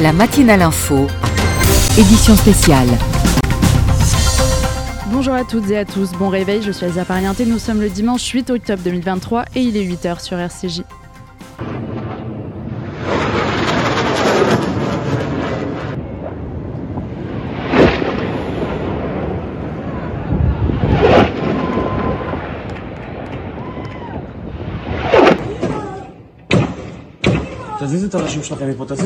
La matinale info, édition spéciale. Bonjour à toutes et à tous, bon réveil, je suis Elsa Parienté, nous sommes le dimanche 8 octobre 2023 et il est 8h sur RCJ. تزيد انت ماشي مش طبيعي تزيد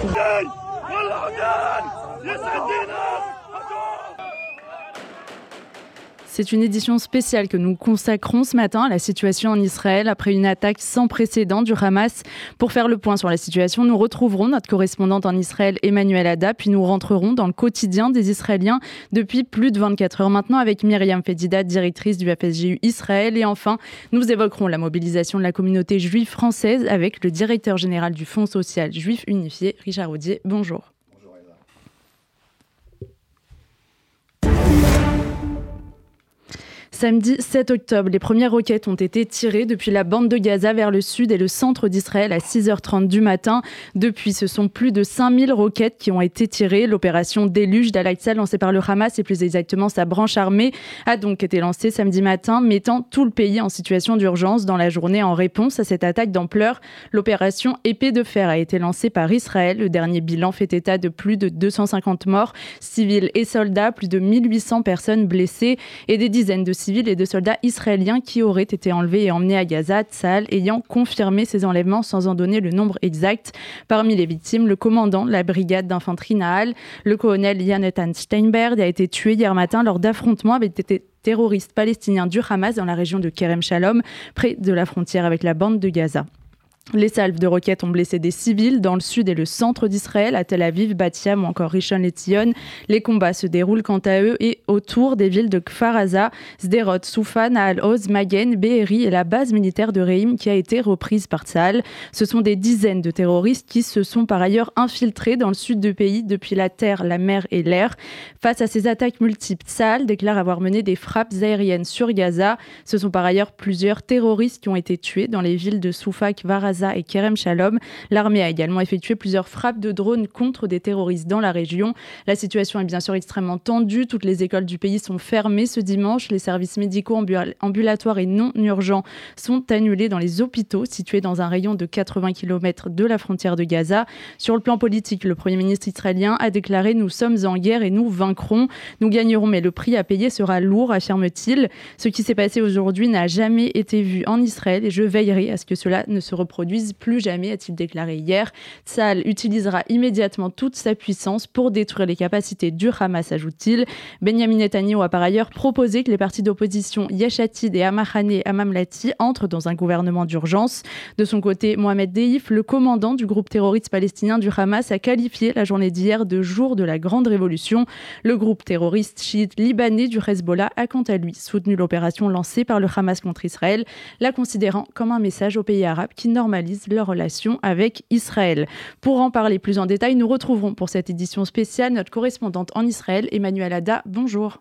C'est une édition spéciale que nous consacrons ce matin à la situation en Israël après une attaque sans précédent du Hamas. Pour faire le point sur la situation, nous retrouverons notre correspondante en Israël, Emmanuel Ada, puis nous rentrerons dans le quotidien des Israéliens depuis plus de 24 heures maintenant avec Myriam Fedida, directrice du FSJU Israël. Et enfin, nous évoquerons la mobilisation de la communauté juive française avec le directeur général du Fonds social juif unifié, Richard Audier. Bonjour. Samedi 7 octobre, les premières roquettes ont été tirées depuis la bande de Gaza vers le sud et le centre d'Israël à 6h30 du matin. Depuis, ce sont plus de 5000 roquettes qui ont été tirées. L'opération Déluge d'Al-Aqsa lancée par le Hamas et plus exactement sa branche armée a donc été lancée samedi matin, mettant tout le pays en situation d'urgence dans la journée en réponse à cette attaque d'ampleur. L'opération Épée de fer a été lancée par Israël. Le dernier bilan fait état de plus de 250 morts, civils et soldats, plus de 1800 personnes blessées et des dizaines de civils et de soldats israéliens qui auraient été enlevés et emmenés à Gaza, Tsahal ayant confirmé ces enlèvements sans en donner le nombre exact. Parmi les victimes, le commandant de la brigade d'infanterie Nahal, le colonel Yonatan Steinberg, a été tué hier matin lors d'affrontements avec des terroristes palestiniens du Hamas dans la région de Kerem Shalom, près de la frontière avec la bande de Gaza. Les salves de roquettes ont blessé des civils dans le sud et le centre d'Israël, à Tel Aviv, Bat Yam ou encore Rishon LeZion. Les combats se déroulent quant à eux et autour des villes de Kfar Aza, Sderot, Soufa, Nahal Oz, Magen, Be'eri et la base militaire de Reim qui a été reprise par Tsahal. Ce sont des dizaines de terroristes qui se sont par ailleurs infiltrés dans le sud du pays depuis la terre, la mer et l'air. Face à ces attaques multiples, Tsahal déclare avoir mené des frappes aériennes sur Gaza. Ce sont par ailleurs plusieurs terroristes qui ont été tués dans les villes de Soufa, Kfar Aza et Kerem Shalom. L'armée a également effectué plusieurs frappes de drones contre des terroristes dans la région. La situation est bien sûr extrêmement tendue. Toutes les écoles du pays sont fermées ce dimanche. Les services médicaux ambulatoires et non urgents sont annulés dans les hôpitaux situés dans un rayon de 80 km de la frontière de Gaza. Sur le plan politique, le Premier ministre israélien a déclaré « Nous sommes en guerre et nous vaincrons. Nous gagnerons, mais le prix à payer sera lourd », affirme-t-il. Ce qui s'est passé aujourd'hui n'a jamais été vu en Israël et je veillerai à ce que cela ne se reproduise plus jamais, a-t-il déclaré hier. Tsahal utilisera immédiatement toute sa puissance pour détruire les capacités du Hamas, ajoute-t-il. Benyamin Netanyahou a par ailleurs proposé que les partis d'opposition Yesh Atid et Amachane Hamamlati entrent dans un gouvernement d'urgence. De son côté, Mohamed Deif, le commandant du groupe terroriste palestinien du Hamas, a qualifié la journée d'hier de jour de la grande révolution. Le groupe terroriste chiite libanais du Hezbollah a quant à lui soutenu l'opération lancée par le Hamas contre Israël, la considérant comme un message aux pays arabes qui normalisent leurs relations avec Israël. Pour en parler plus en détail, nous retrouverons pour cette édition spéciale notre correspondante en Israël, Emmanuel Ada. Bonjour.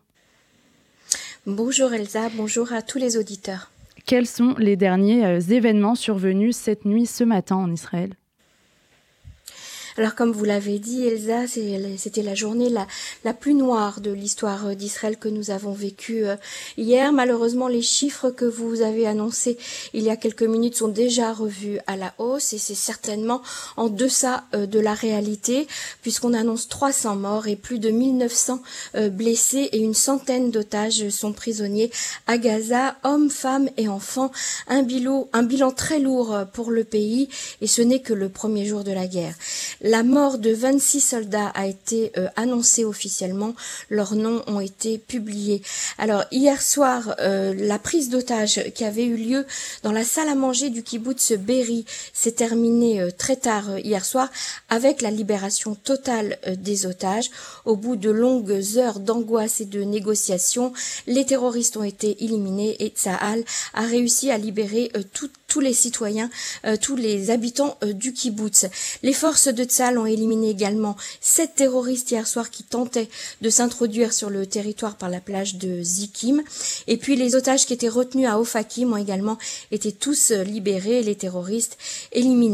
Bonjour Elsa, bonjour à tous les auditeurs. Quels sont les derniers événements survenus cette nuit, ce matin en Israël ? Alors comme vous l'avez dit Elsa, c'était la journée la plus noire de l'histoire d'Israël que nous avons vécue hier. Malheureusement, les chiffres que vous avez annoncés il y a quelques minutes sont déjà revus à la hausse et c'est certainement en deçà de la réalité puisqu'on annonce 300 morts et plus de 1900 blessés et une centaine d'otages sont prisonniers à Gaza, hommes, femmes et enfants. Un bilan très lourd pour le pays et ce n'est que le premier jour de la guerre. La mort de 26 soldats a été annoncée officiellement. Leurs noms ont été publiés. Alors, hier soir, la prise d'otages qui avait eu lieu dans la salle à manger du kibboutz Be'eri s'est terminée très tard hier soir avec la libération totale des otages. Au bout de longues heures d'angoisse et de négociations, les terroristes ont été éliminés et Tsahal a réussi à libérer tous les citoyens, tous les habitants du kibboutz. Les forces de Tsahal ont éliminé également 7 terroristes hier soir qui tentaient de s'introduire sur le territoire par la plage de Zikim. Et puis les otages qui étaient retenus à Ofakim ont également été tous libérés et les terroristes éliminés.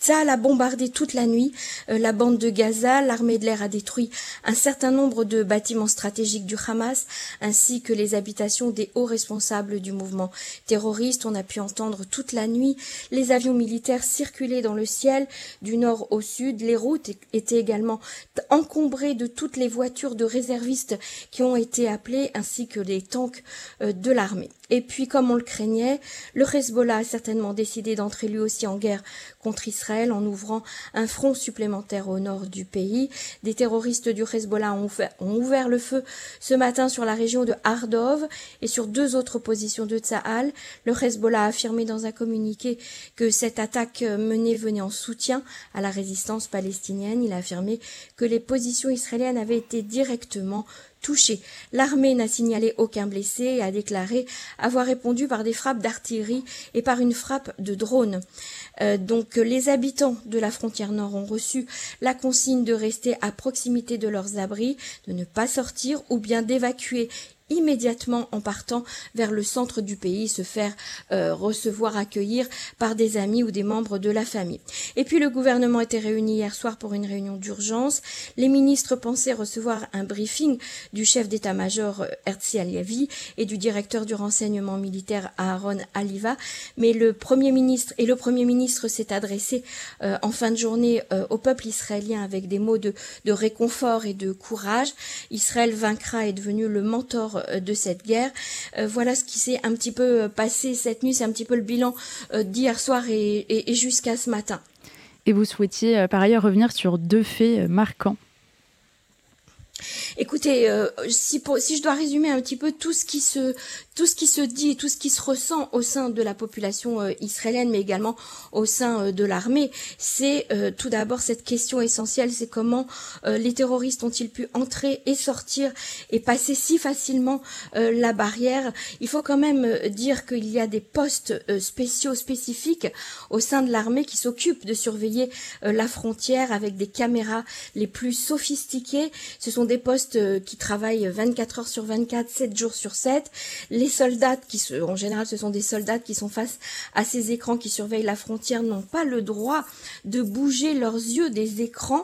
Tsahal a bombardé toute la nuit la bande de Gaza. L'armée de l'air a détruit un certain nombre de bâtiments stratégiques du Hamas, ainsi que les habitations des hauts responsables du mouvement terroriste. On a pu entendre toute la nuit les avions militaires circuler dans le ciel du nord au sud. Les routes étaient également encombrées de toutes les voitures de réservistes qui ont été appelées, ainsi que les tanks de l'armée. Et puis, comme on le craignait, le Hezbollah a certainement décidé d'entrer lui aussi en guerre contre Israël en ouvrant un front supplémentaire au nord du pays. Des terroristes du Hezbollah ont ouvert le feu ce matin sur la région de Ardov et sur 2 autres positions de Tsahal. Le Hezbollah a affirmé dans un communiqué que cette attaque venait en soutien à la résistance palestinienne. Il a affirmé que les positions israéliennes avaient été directement touchée. L'armée n'a signalé aucun blessé et a déclaré avoir répondu par des frappes d'artillerie et par une frappe de drone. Donc les habitants de la frontière nord ont reçu la consigne de rester à proximité de leurs abris, de ne pas sortir ou bien d'évacuer immédiatement en partant vers le centre du pays, se faire recevoir, accueillir par des amis ou des membres de la famille. Et puis le gouvernement était réuni hier soir pour une réunion d'urgence. Les ministres pensaient recevoir un briefing du chef d'état-major Herzi Halevi et du directeur du renseignement militaire Aaron Haliva, mais le Premier ministre s'est adressé en fin de journée au peuple israélien avec des mots de réconfort et de courage. Israël vaincra est devenu le mentor de cette guerre. Voilà ce qui s'est un petit peu passé cette nuit, c'est un petit peu le bilan d'hier soir et jusqu'à ce matin. Et vous souhaitiez par ailleurs revenir sur 2 faits marquants. Écoutez, si je dois résumer un petit peu tout ce qui se dit et tout ce qui se ressent au sein de la population israélienne, mais également au sein de l'armée, c'est tout d'abord cette question essentielle, c'est comment les terroristes ont-ils pu entrer et sortir et passer si facilement la barrière. Il faut quand même dire qu'il y a des postes spécifiques au sein de l'armée qui s'occupent de surveiller la frontière avec des caméras les plus sophistiquées. Ce sont des postes qui travaillent 24 heures sur 24, 7 jours sur 7. Les soldats, en général ce sont des soldats qui sont face à ces écrans qui surveillent la frontière, n'ont pas le droit de bouger leurs yeux des écrans.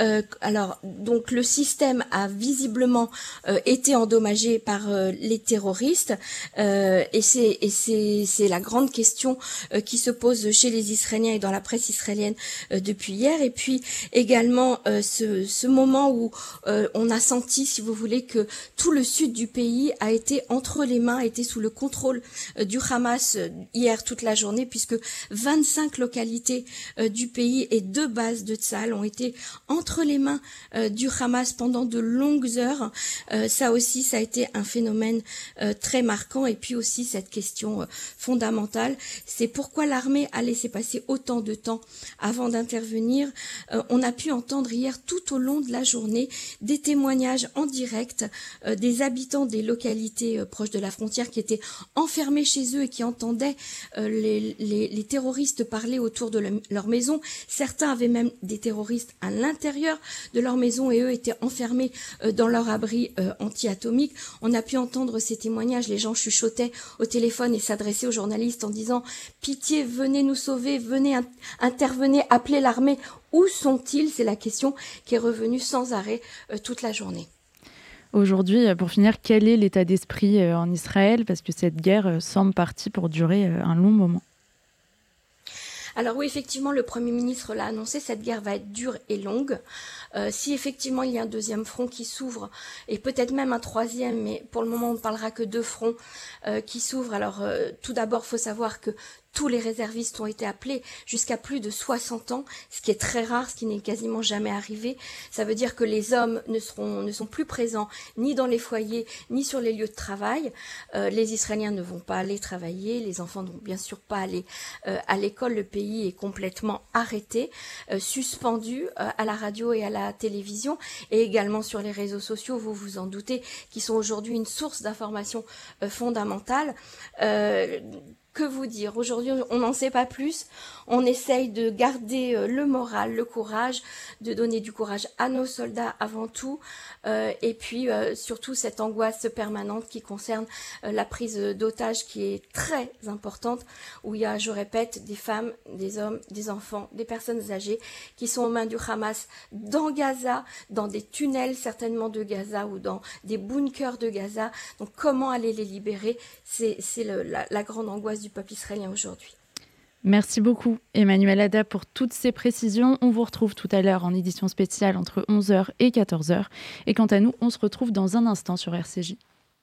Donc le système a visiblement été endommagé par les terroristes et c'est la grande question qui se pose chez les Israéliens et dans la presse israélienne depuis hier. Et puis également ce moment où on a senti, si vous voulez, que tout le sud du pays a été entre les mains, a été sous le contrôle du Hamas hier toute la journée, puisque 25 localités du pays et 2 bases de Tsahal ont été entre les mains du Hamas pendant de longues heures. Ça aussi, ça a été un phénomène très marquant. Et puis aussi cette question fondamentale, c'est pourquoi l'armée a laissé passer autant de temps avant d'intervenir. On a pu entendre hier tout au long de la journée des témoignages en direct des habitants des localités proches de la frontière qui étaient enfermés chez eux et qui entendaient les terroristes parler autour de leur maison. Certains avaient même des terroristes à l'intérieur de leur maison et eux étaient enfermés dans leur abri anti-atomique. On a pu entendre ces témoignages, les gens chuchotaient au téléphone et s'adressaient aux journalistes en disant « Pitié, venez nous sauver, venez intervenez, appelez l'armée ». Où sont-ils? C'est la question qui est revenue sans arrêt toute la journée. Aujourd'hui, pour finir, quel est l'état d'esprit en Israël? Parce que cette guerre semble partie pour durer un long moment. Alors oui, effectivement, le Premier ministre l'a annoncé, cette guerre va être dure et longue. Si effectivement il y a un 2e front qui s'ouvre, et peut-être même un 3e, mais pour le moment on ne parlera que 2 fronts qui s'ouvrent. Alors tout d'abord, il faut savoir que tous les réservistes ont été appelés jusqu'à plus de 60 ans, ce qui est très rare, ce qui n'est quasiment jamais arrivé. Ça veut dire que les hommes ne sont plus présents ni dans les foyers, ni sur les lieux de travail. Les Israéliens ne vont pas aller travailler, les enfants ne vont bien sûr pas aller à l'école. Le pays est complètement arrêté, suspendu à la radio et à la télévision, et également sur les réseaux sociaux, vous vous en doutez, qui sont aujourd'hui une source d'information fondamentale. Que vous dire? Aujourd'hui, on n'en sait pas plus. On essaye de garder le moral, le courage, de donner du courage à nos soldats avant tout, et puis surtout cette angoisse permanente qui concerne la prise d'otages qui est très importante, où il y a, je répète, des femmes, des hommes, des enfants, des personnes âgées qui sont aux mains du Hamas dans Gaza, dans des tunnels certainement de Gaza ou dans des bunkers de Gaza. Donc comment aller les libérer? C'est la grande angoisse du peuple israélien aujourd'hui. Merci beaucoup Emmanuelle Hadda pour toutes ces précisions. On vous retrouve tout à l'heure en édition spéciale entre 11h et 14h. Et quant à nous, on se retrouve dans un instant sur RCJ.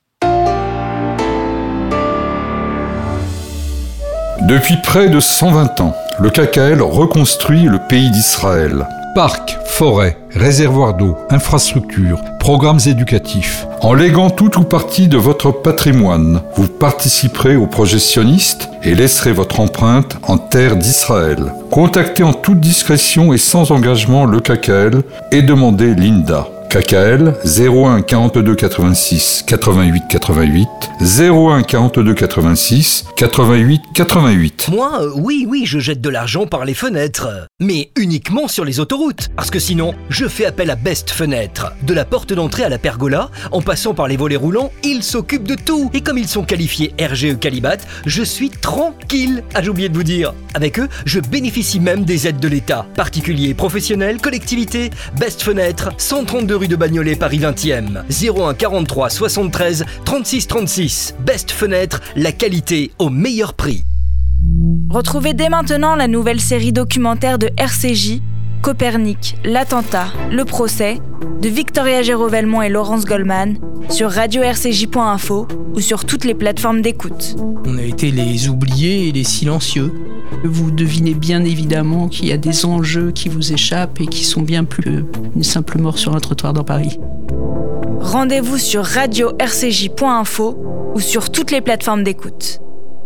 Depuis près de 120 ans, le KKL reconstruit le pays d'Israël. Parcs, forêts, réservoirs d'eau, infrastructures, programmes éducatifs. En léguant tout ou partie de votre patrimoine, vous participerez au projet sioniste et laisserez votre empreinte en terre d'Israël. Contactez en toute discrétion et sans engagement le KKL et demandez l'INDA. KKL 01 42 86 88 88 01 42 86 88 88. Moi, oui, je jette de l'argent par les fenêtres. Mais uniquement sur les autoroutes. Parce que sinon, je fais appel à Best Fenêtre. De la porte d'entrée à la pergola, en passant par les volets roulants, ils s'occupent de tout. Et comme ils sont qualifiés RGE Qualibat, je suis tranquille. Ah, j'ai oublié de vous dire. Avec eux, je bénéficie même des aides de l'État. Particuliers, professionnels, collectivités. Best Fenêtre, 132 rue de Bagnolet, Paris 20e. 01 43 73 36 36. Best Fenêtre, la qualité au meilleur prix. Retrouvez dès maintenant la nouvelle série documentaire de RCJ, Copernic, l'attentat, le procès, de Victoria Géraud-Velmont et Laurence Goldman, sur radio-rcj.info ou sur toutes les plateformes d'écoute. On a été les oubliés et les silencieux. Vous devinez bien évidemment qu'il y a des enjeux qui vous échappent et qui sont bien plus une simple mort sur un trottoir dans Paris. Rendez-vous sur radio-rcj.info ou sur toutes les plateformes d'écoute.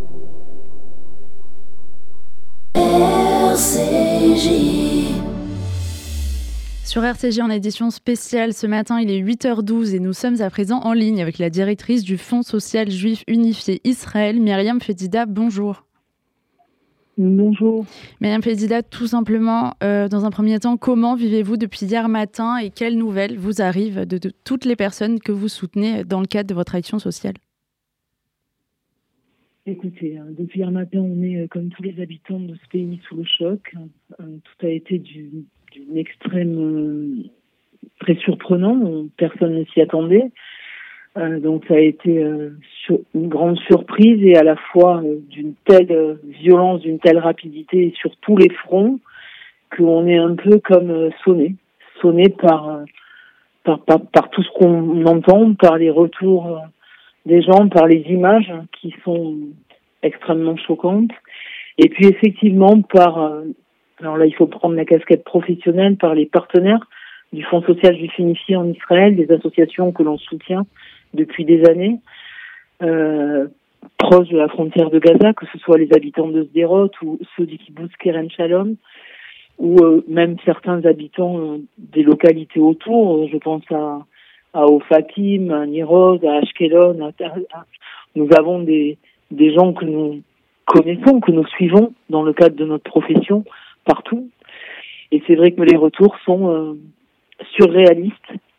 Sur RCJ en édition spéciale, ce matin il est 8h12 et nous sommes à présent en ligne avec la directrice du Fonds social juif unifié Israël, Myriam Fedida. Bonjour. Bonjour. Myriam Fedida, tout simplement, dans un premier temps, comment vivez-vous depuis hier matin et quelles nouvelles vous arrivent de toutes les personnes que vous soutenez dans le cadre de votre action sociale? Écoutez, depuis hier matin, on est, comme tous les habitants de ce pays, sous le choc. Tout a été d'une extrême très surprenant. Personne ne s'y attendait. Donc ça a été une grande surprise et à la fois d'une telle violence, d'une telle rapidité sur tous les fronts qu'on est un peu comme sonné par tout ce qu'on entend, par les retours des gens, par les images qui sont extrêmement choquantes. Et puis effectivement alors là il faut prendre la casquette professionnelle, par les partenaires du Fonds social juif unifié en Israël, des associations que l'on soutient depuis des années, proches de la frontière de Gaza, que ce soit les habitants de Sderot ou ceux du kibbutz Keren Shalom, ou même certains habitants des localités autour. Je pense à Ofakim, à Niroz, à Ashkelon. Nous avons des gens que nous connaissons, que nous suivons dans le cadre de notre profession partout. Et c'est vrai que les retours sont surréalistes,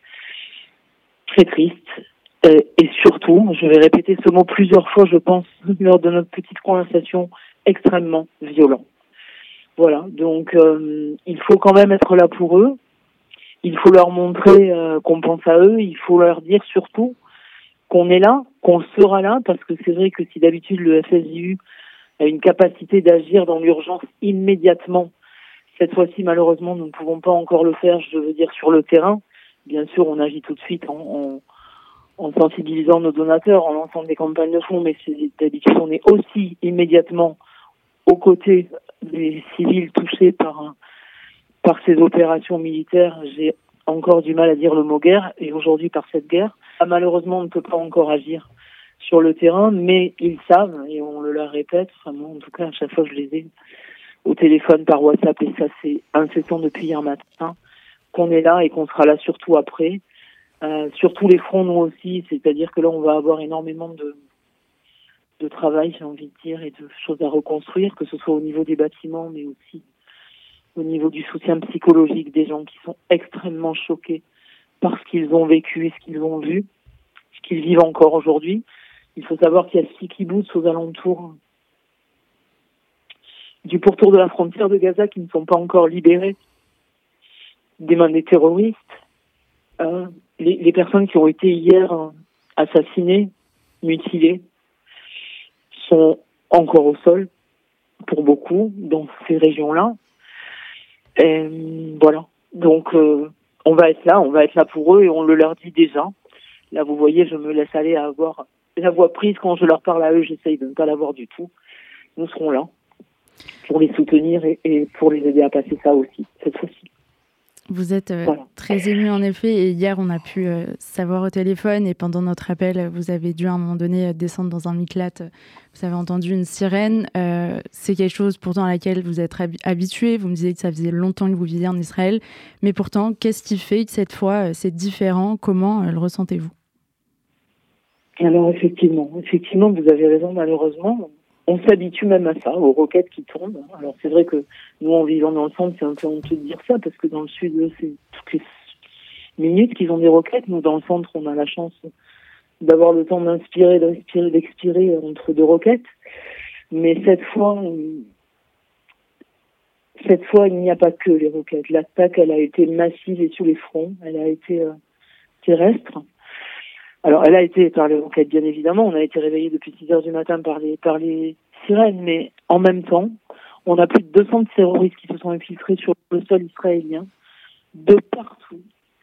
très tristes, et surtout, je vais répéter ce mot plusieurs fois, je pense, lors de notre petite conversation, extrêmement violent. Voilà, donc il faut quand même être là pour eux. Il faut leur montrer qu'on pense à eux. Il faut leur dire surtout qu'on est là, qu'on sera là, parce que c'est vrai que si d'habitude le FSJU a une capacité d'agir dans l'urgence immédiatement, cette fois-ci malheureusement nous ne pouvons pas encore le faire, je veux dire sur le terrain. Bien sûr, on agit tout de suite en sensibilisant nos donateurs, en lançant des campagnes de fonds, mais d'habitude on est aussi immédiatement aux côtés des civils touchés par ces opérations militaires. J'ai encore du mal à dire le mot guerre, et aujourd'hui par cette guerre. Malheureusement, on ne peut pas encore agir sur le terrain, mais ils savent, et on le leur répète, enfin moi en tout cas à chaque fois je les ai au téléphone, par WhatsApp, et ça c'est incessant depuis hier matin, qu'on est là et qu'on sera là surtout après. Sur tous les fronts, nous aussi, c'est-à-dire que là on va avoir énormément de de travail, j'ai envie de dire, et de choses à reconstruire, que ce soit au niveau des bâtiments, mais aussi au niveau du soutien psychologique des gens qui sont extrêmement choqués par ce qu'ils ont vécu et ce qu'ils ont vu, ce qu'ils vivent encore aujourd'hui. Il faut savoir qu'il y a 6 kibboutz aux alentours du pourtour de la frontière de Gaza qui ne sont pas encore libérés des mains des terroristes. Les personnes qui ont été hier assassinées, mutilées, sont encore au sol, pour beaucoup, dans ces régions-là. Et voilà. Donc, on va être là pour eux et on le leur dit déjà. Là, vous voyez, je me laisse aller à avoir la voix prise quand je leur parle à eux, j'essaye de ne pas l'avoir du tout. Nous serons là pour les soutenir et pour les aider à passer ça aussi, cette fois-ci. Vous êtes très ému en effet, et hier on a pu savoir au téléphone, et pendant notre appel, vous avez dû à un moment donné descendre dans un miklat, vous avez entendu une sirène. C'est quelque chose pourtant à laquelle vous êtes habitué, vous me disiez que ça faisait longtemps que vous viviez en Israël, mais pourtant, qu'est-ce qui fait que cette fois c'est différent? Comment le ressentez-vous? Alors effectivement, vous avez raison, malheureusement. On s'habitue même à ça, aux roquettes qui tombent. Alors c'est vrai que nous, en vivant dans le centre, c'est un peu honteux de dire ça, parce que dans le sud, c'est toutes les minutes qu'ils ont des roquettes. Nous, dans le centre, on a la chance d'avoir le temps d'expirer entre 2 roquettes. Mais cette fois, il n'y a pas que les roquettes. L'attaque, elle a été massive et sur les fronts. Elle a été terrestre. Alors, elle a été par les roquettes, bien évidemment. On a été réveillés depuis 6 heures du matin par les sirènes. Mais en même temps, on a plus de 200 terroristes qui se sont infiltrés sur le sol israélien, de partout,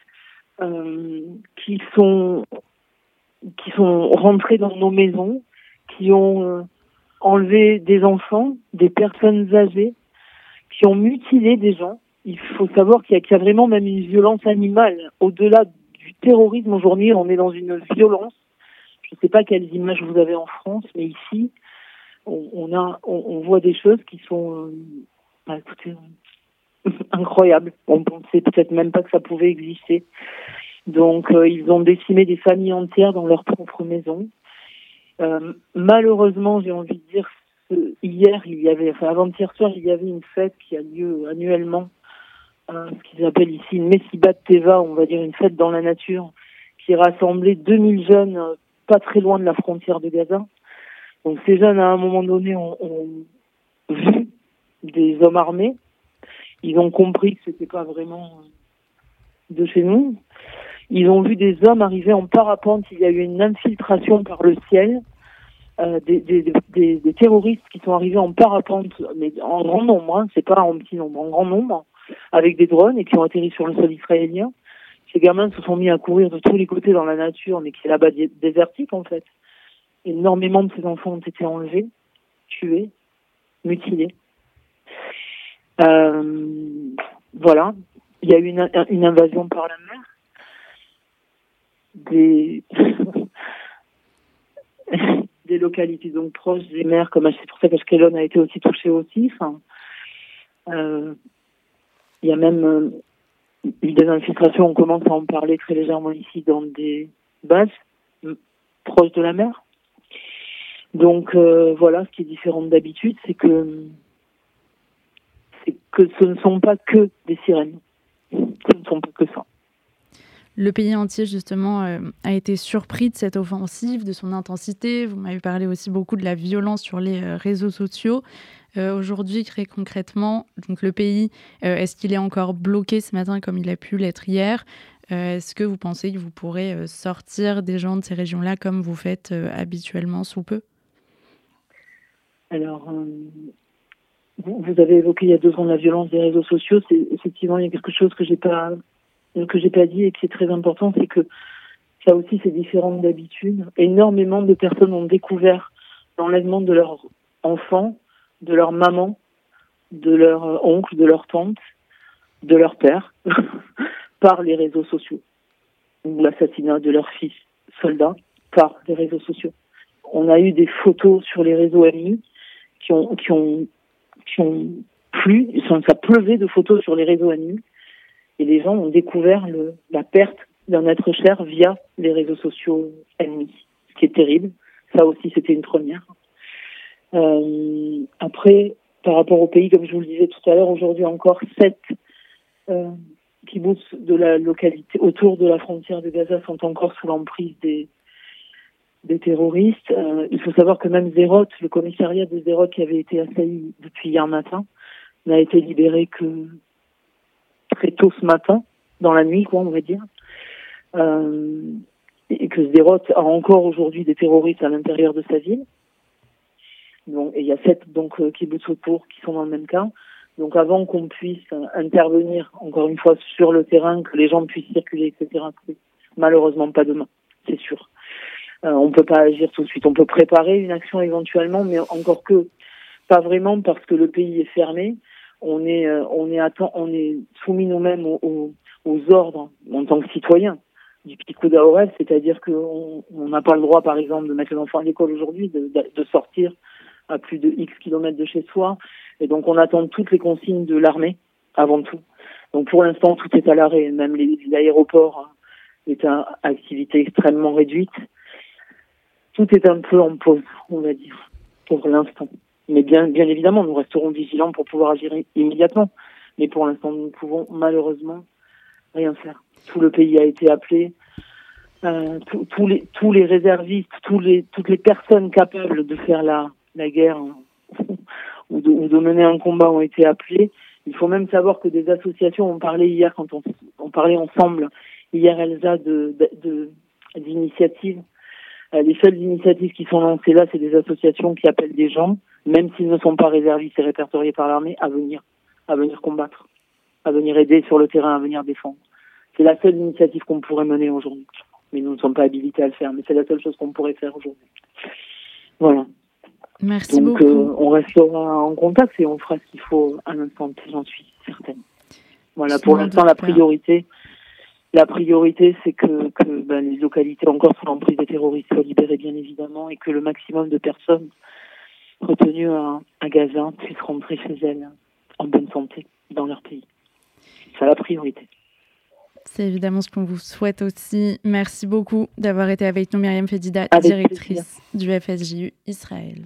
qui sont rentrés dans nos maisons, qui ont enlevé des enfants, des personnes âgées, qui ont mutilé des gens. Il faut savoir qu'il y a vraiment même une violence animale au-delà du terrorisme. Aujourd'hui, on est dans une violence. Je ne sais pas quelles images vous avez en France, mais ici, on voit des choses qui sont écoutez, incroyables. On pensait peut-être même pas que ça pouvait exister. Donc, ils ont décimé des familles entières dans leur propre maison. Malheureusement, j'ai envie de dire, avant-hier soir, il y avait une fête qui a lieu annuellement, ce qu'ils appellent ici une Messibat Teva, on va dire une fête dans la nature, qui rassemblait 2000 jeunes pas très loin de la frontière de Gaza. Donc ces jeunes, à un moment donné, ont vu des hommes armés. Ils ont compris que c'était pas vraiment de chez nous. Ils ont vu des hommes arriver en parapente. Il y a eu une infiltration par le ciel. Des terroristes qui sont arrivés en parapente, mais en grand nombre, hein, c'est pas en petit nombre, en grand nombre, avec des drones et qui ont atterri sur le sol israélien. Ces gamins se sont mis à courir de tous les côtés dans la nature, mais qui est là-bas désertique en fait. Énormément de ces enfants ont été enlevés, tués, mutilés. Voilà. Il y a eu une invasion par la mer. Des localités donc proches des mers, comme c'est pour ça qu'Ashkelon a été aussi touché aussi. Il y a même eu des infiltrations, on commence à en parler très légèrement ici, dans des bases proches de la mer. Donc voilà, ce qui est différent d'habitude, c'est que ce ne sont pas que des sirènes. Ce ne sont pas que ça. Le pays entier, justement, a été surpris de cette offensive, de son intensité. Vous m'avez parlé aussi beaucoup de la violence sur les réseaux sociaux. Aujourd'hui, très concrètement, donc le pays, est-ce qu'il est encore bloqué ce matin comme il a pu l'être hier? Est-ce que vous pensez que vous pourrez sortir des gens de ces régions-là comme vous faites habituellement sous peu? Alors, vous avez évoqué il y a 2 ans la violence des réseaux sociaux. C'est effectivement, il y a quelque chose que j'ai pas dit et qui est très important, c'est que ça aussi c'est différent d'habitude. Énormément de personnes ont découvert l'enlèvement de leurs enfants, de leur maman, de leur oncle, de leur tante, de leur père, par les réseaux sociaux, ou l'assassinat de leur fils soldat par les réseaux sociaux. On a eu des photos sur les réseaux amis qui ont plu, ça pleuvait de photos sur les réseaux amis. Et les gens ont découvert la perte d'un être cher via les réseaux sociaux ennemis, ce qui est terrible. Ça aussi, c'était une première. Après, par rapport au pays, comme je vous le disais tout à l'heure, aujourd'hui encore 7 kibbutz de la localité autour de la frontière de Gaza sont encore sous l'emprise des terroristes. Il faut savoir que même Sderot, le commissariat de Sderot qui avait été assailli depuis hier matin, n'a été libéré que très tôt ce matin, dans la nuit, on va dire. Et que Sderot a encore aujourd'hui des terroristes à l'intérieur de sa ville. Donc, et il y a 7 kibbutz autour qui sont dans le même cas. Donc avant qu'on puisse intervenir, encore une fois, sur le terrain, que les gens puissent circuler, etc., c'est malheureusement pas demain, c'est sûr. On peut pas agir tout de suite. On peut préparer une action éventuellement, mais encore que pas vraiment, parce que le pays est fermé. On est soumis nous-mêmes aux ordres en tant que citoyens du Picud Aorel, c'est-à-dire qu'on n'a pas le droit, par exemple, de mettre les enfants à l'école aujourd'hui, de sortir à plus de X kilomètres de chez soi. Et donc, on attend toutes les consignes de l'armée, avant tout. Donc, pour l'instant, tout est à l'arrêt. Même l'aéroport est à activité extrêmement réduite. Tout est un peu en pause, on va dire, pour l'instant. Mais bien évidemment, nous resterons vigilants pour pouvoir agir immédiatement. Mais pour l'instant, nous ne pouvons malheureusement rien faire. Tout le pays a été appelé. Tous les réservistes, toutes les personnes capables de faire la guerre ou de mener un combat ont été appelés. Il faut même savoir que des associations ont parlé hier, quand on parlait ensemble, hier Elsa, d'initiatives. Les seules initiatives qui sont lancées là, c'est des associations qui appellent des gens, même s'ils ne sont pas réservistes et répertoriés par l'armée, à venir combattre, à venir aider sur le terrain, à venir défendre. C'est la seule initiative qu'on pourrait mener aujourd'hui. Mais nous ne sommes pas habilités à le faire, mais c'est la seule chose qu'on pourrait faire aujourd'hui. Voilà. Merci beaucoup. Donc, on restera en contact et on fera ce qu'il faut à l'instant T, j'en suis certaine. Voilà, pour l'instant, la priorité, c'est que les localités encore sous l'emprise des terroristes soient libérées, bien évidemment, et que le maximum de personnes retenues à Gaza puissent rentrer chez elles en bonne santé dans leur pays. C'est la priorité. C'est évidemment ce qu'on vous souhaite aussi. Merci beaucoup d'avoir été avec nous, Myriam Fedida, directrice du FSJU Israël.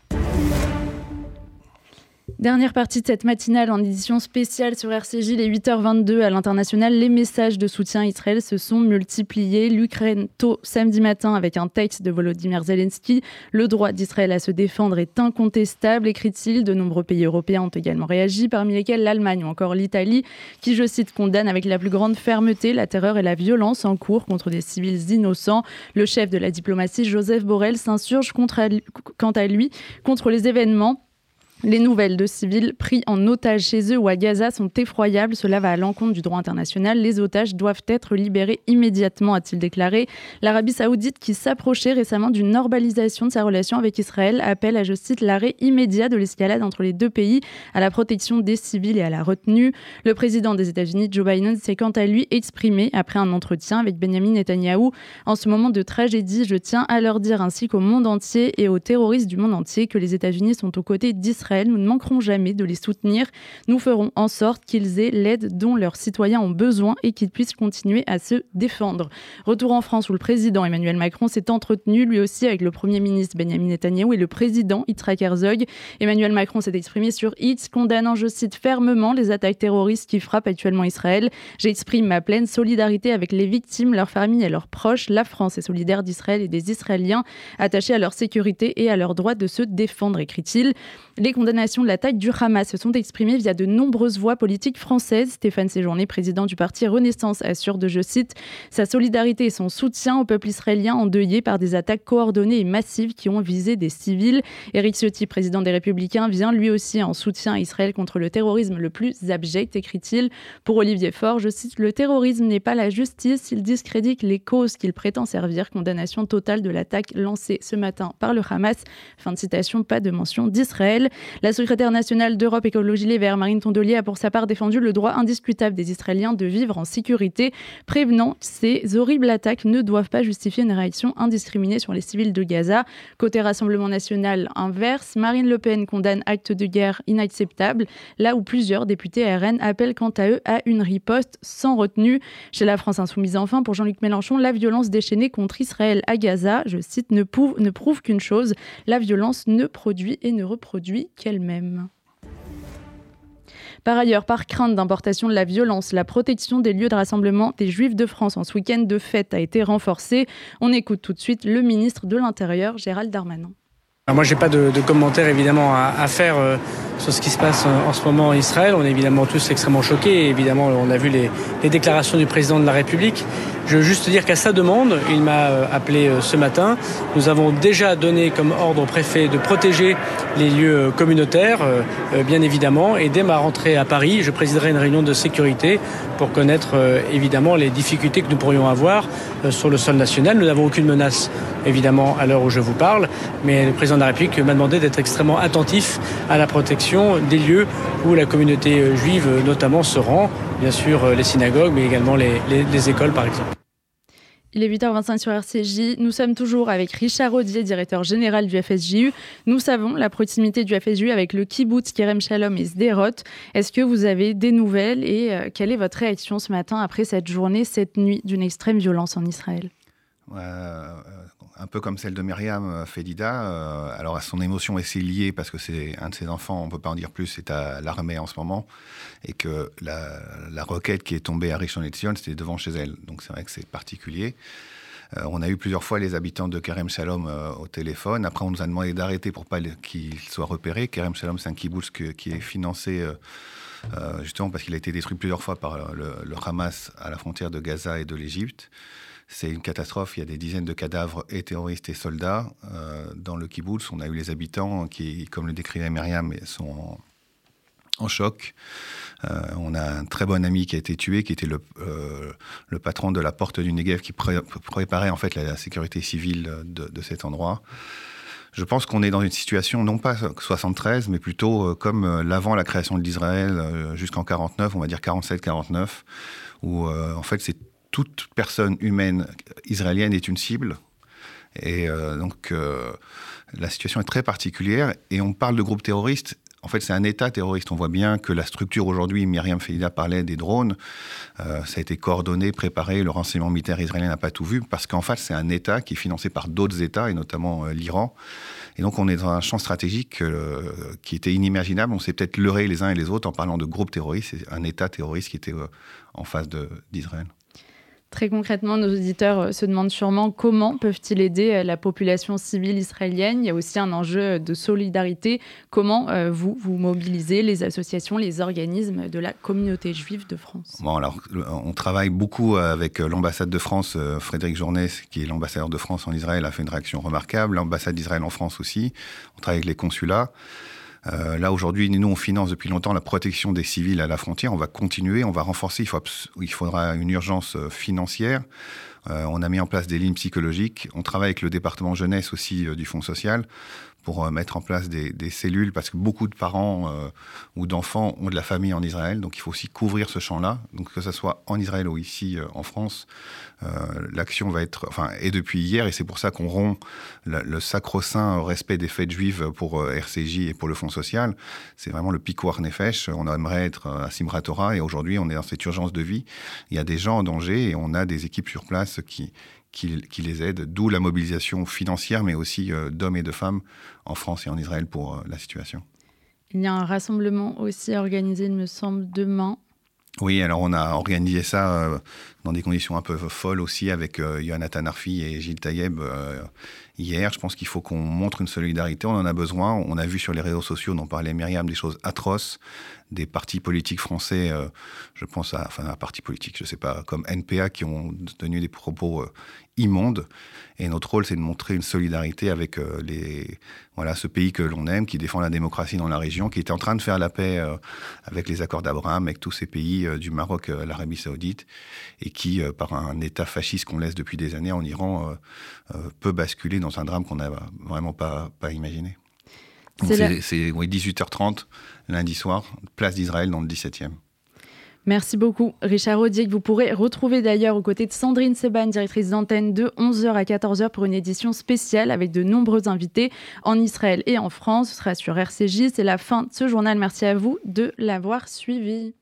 Dernière partie de cette matinale en édition spéciale sur RCJ, les 8h22 à l'international. Les messages de soutien à Israël se sont multipliés. L'Ukraine tôt samedi matin avec un texte de Volodymyr Zelensky. Le droit d'Israël à se défendre est incontestable, écrit-il. De nombreux pays européens ont également réagi, parmi lesquels l'Allemagne ou encore l'Italie, qui, je cite, condamne avec la plus grande fermeté la terreur et la violence en cours contre des civils innocents. Le chef de la diplomatie, Joseph Borrell, s'insurge quant à lui contre les événements. Les nouvelles de civils pris en otage chez eux ou à Gaza sont effroyables. Cela va à l'encontre du droit international. Les otages doivent être libérés immédiatement, a-t-il déclaré. L'Arabie saoudite, qui s'approchait récemment d'une normalisation de sa relation avec Israël, appelle à, je cite, l'arrêt immédiat de l'escalade entre les deux pays, à la protection des civils et à la retenue. Le président des États-Unis, Joe Biden, s'est quant à lui exprimé après un entretien avec Benjamin Netanyahou. En ce moment de tragédie, je tiens à leur dire ainsi qu'au monde entier et aux terroristes du monde entier que les États-Unis sont aux côtés d'Israël. Nous ne manquerons jamais de les soutenir. Nous ferons en sorte qu'ils aient l'aide dont leurs citoyens ont besoin et qu'ils puissent continuer à se défendre. Retour en France où le président Emmanuel Macron s'est entretenu lui aussi avec le Premier ministre Benjamin Netanyahou et le président Yitzhak Herzog. Emmanuel Macron s'est exprimé sur X, condamnant, je cite, fermement les attaques terroristes qui frappent actuellement Israël. J'exprime ma pleine solidarité avec les victimes, leurs familles et leurs proches. La France est solidaire d'Israël et des Israéliens attachés à leur sécurité et à leur droit de se défendre, écrit-il. Les condamnations de l'attaque du Hamas se sont exprimées via de nombreuses voix politiques françaises. Stéphane Séjourné, président du parti Renaissance, assure de, je cite, sa solidarité et son soutien au peuple israélien endeuillé par des attaques coordonnées et massives qui ont visé des civils. Éric Ciotti, président des Républicains, vient lui aussi en soutien à Israël contre le terrorisme le plus abject, écrit-il. Pour Olivier Faure, je cite, le terrorisme n'est pas la justice, il discrédite les causes qu'il prétend servir. Condamnation totale de l'attaque lancée ce matin par le Hamas. Fin de citation, pas de mention d'Israël. La secrétaire nationale d'Europe Écologie Les Verts, Marine Tondelier, a pour sa part défendu le droit indiscutable des Israéliens de vivre en sécurité, prévenant que ces horribles attaques ne doivent pas justifier une réaction indiscriminée sur les civils de Gaza. Côté Rassemblement national inverse, Marine Le Pen condamne acte de guerre inacceptable, là où plusieurs députés RN appellent quant à eux à une riposte sans retenue. Chez la France Insoumise enfin, pour Jean-Luc Mélenchon, la violence déchaînée contre Israël à Gaza, je cite, ne prouve qu'une chose, la violence ne produit et ne reproduit qu'elle-même. Par ailleurs, par crainte d'importation de la violence, la protection des lieux de rassemblement des Juifs de France en ce week-end de fête a été renforcée. On écoute tout de suite le ministre de l'Intérieur, Gérald Darmanin. Alors moi, je n'ai pas de commentaires évidemment à faire sur ce qui se passe en ce moment en Israël. On est évidemment tous extrêmement choqués. Et évidemment, on a vu les déclarations du président de la République. Je veux juste dire qu'à sa demande, il m'a appelé ce matin. Nous avons déjà donné comme ordre au préfet de protéger les lieux communautaires, bien évidemment. Et dès ma rentrée à Paris, je présiderai une réunion de sécurité pour connaître évidemment les difficultés que nous pourrions avoir sur le sol national. Nous n'avons aucune menace, évidemment, à l'heure où je vous parle. Mais le président de la République m'a demandé d'être extrêmement attentif à la protection des lieux où la communauté juive notamment se rend. Bien sûr, les synagogues, mais également les écoles, par exemple. Il est 8h25 sur RCJ. Nous sommes toujours avec Richard Audier, directeur général du FSJU. Nous savons la proximité du FSJU avec le kibbutz Kerem Shalom et Sderot. Est-ce que vous avez des nouvelles et quelle est votre réaction ce matin après cette journée, cette nuit d'une extrême violence en Israël ? Un peu comme celle de Myriam Fedida. Alors, son émotion est liée parce que c'est un de ses enfants, on ne peut pas en dire plus, c'est à l'armée en ce moment. Et que la roquette qui est tombée à Rishon LeZion, c'était devant chez elle. Donc, c'est vrai que c'est particulier. On a eu plusieurs fois les habitants de Kerem Shalom au téléphone. Après, on nous a demandé d'arrêter pour pas qu'ils soient repérés. Kerem Shalom, c'est un kibbutz qui est financé justement parce qu'il a été détruit plusieurs fois par le Hamas à la frontière de Gaza et de l'Égypte. C'est une catastrophe, il y a des dizaines de cadavres et terroristes et soldats dans le kibbutz. On a eu les habitants qui, comme le décrivait Myriam, sont en choc. On a un très bon ami qui a été tué, qui était le patron de la porte du Negev, qui préparait en fait la sécurité civile de cet endroit. Je pense qu'on est dans une situation, non pas 73, mais plutôt comme l'avant la création de l'Israël, jusqu'en 49, on va dire 47-49, où en fait c'est toute personne humaine israélienne est une cible. Et donc, la situation est très particulière. Et on parle de groupe terroriste. En fait, c'est un État terroriste. On voit bien que la structure aujourd'hui, Myriam Fedida parlait des drones. Ça a été coordonné, préparé. Le renseignement militaire israélien n'a pas tout vu. Parce qu'en fait, c'est un État qui est financé par d'autres États, et notamment l'Iran. Et donc, on est dans un champ stratégique qui était inimaginable. On s'est peut-être leurré les uns et les autres en parlant de groupe terroriste. C'est un État terroriste qui était en face d'Israël. Très concrètement, nos auditeurs se demandent sûrement comment peuvent-ils aider la population civile israélienne. Il y a aussi un enjeu de solidarité. Comment vous mobilisez les associations, les organismes de la communauté juive de France ? Bon, alors, on travaille beaucoup avec l'ambassade de France. Frédéric Journès, qui est l'ambassadeur de France en Israël, a fait une réaction remarquable. L'ambassade d'Israël en France aussi. On travaille avec les consulats. Là, aujourd'hui, nous, on finance depuis longtemps la protection des civils à la frontière. On va continuer, on va renforcer. Il faudra une urgence financière. On a mis en place des lignes psychologiques. On travaille avec le département jeunesse aussi du Fonds social pour mettre en place des cellules, parce que beaucoup de parents ou d'enfants ont de la famille en Israël. Donc, il faut aussi couvrir ce champ-là. Donc, que ce soit en Israël ou ici en France, l'action va être... et depuis hier, et c'est pour ça qu'on rompt le sacro-saint respect des fêtes juives pour RCJ et pour le Fonds social. C'est vraiment le Pikuach Nefesh. On aimerait être à Simchat Torah, et aujourd'hui, on est dans cette urgence de vie. Il y a des gens en danger, et on a des équipes sur place qui les aident, d'où la mobilisation financière, mais aussi d'hommes et de femmes en France et en Israël pour la situation. Il y a un rassemblement aussi organisé, il me semble, demain. Oui, alors on a organisé ça dans des conditions un peu folles aussi avec Yonatan Arfi et Gilles Taïeb hier. Je pense qu'il faut qu'on montre une solidarité, on en a besoin. On a vu sur les réseaux sociaux, dont parlait Myriam, des choses atroces, des partis politiques français, je pense à un parti politique, je ne sais pas, comme NPA, qui ont tenu des propos immondes. Et notre rôle, c'est de montrer une solidarité avec ce pays que l'on aime, qui défend la démocratie dans la région, qui est en train de faire la paix avec les accords d'Abraham, avec tous ces pays du Maroc à l'Arabie Saoudite, et qui, par un État fasciste qu'on laisse depuis des années en Iran, peut basculer dans un drame qu'on n'a vraiment pas imaginé. C'est 18h30, lundi soir, place d'Israël dans le 17e. Merci beaucoup, Richard Audier, que vous pourrez retrouver d'ailleurs aux côtés de Sandrine Seban, directrice d'antenne, de 11h à 14h pour une édition spéciale avec de nombreux invités en Israël et en France. Ce sera sur RCJ. C'est la fin de ce journal. Merci à vous de l'avoir suivi.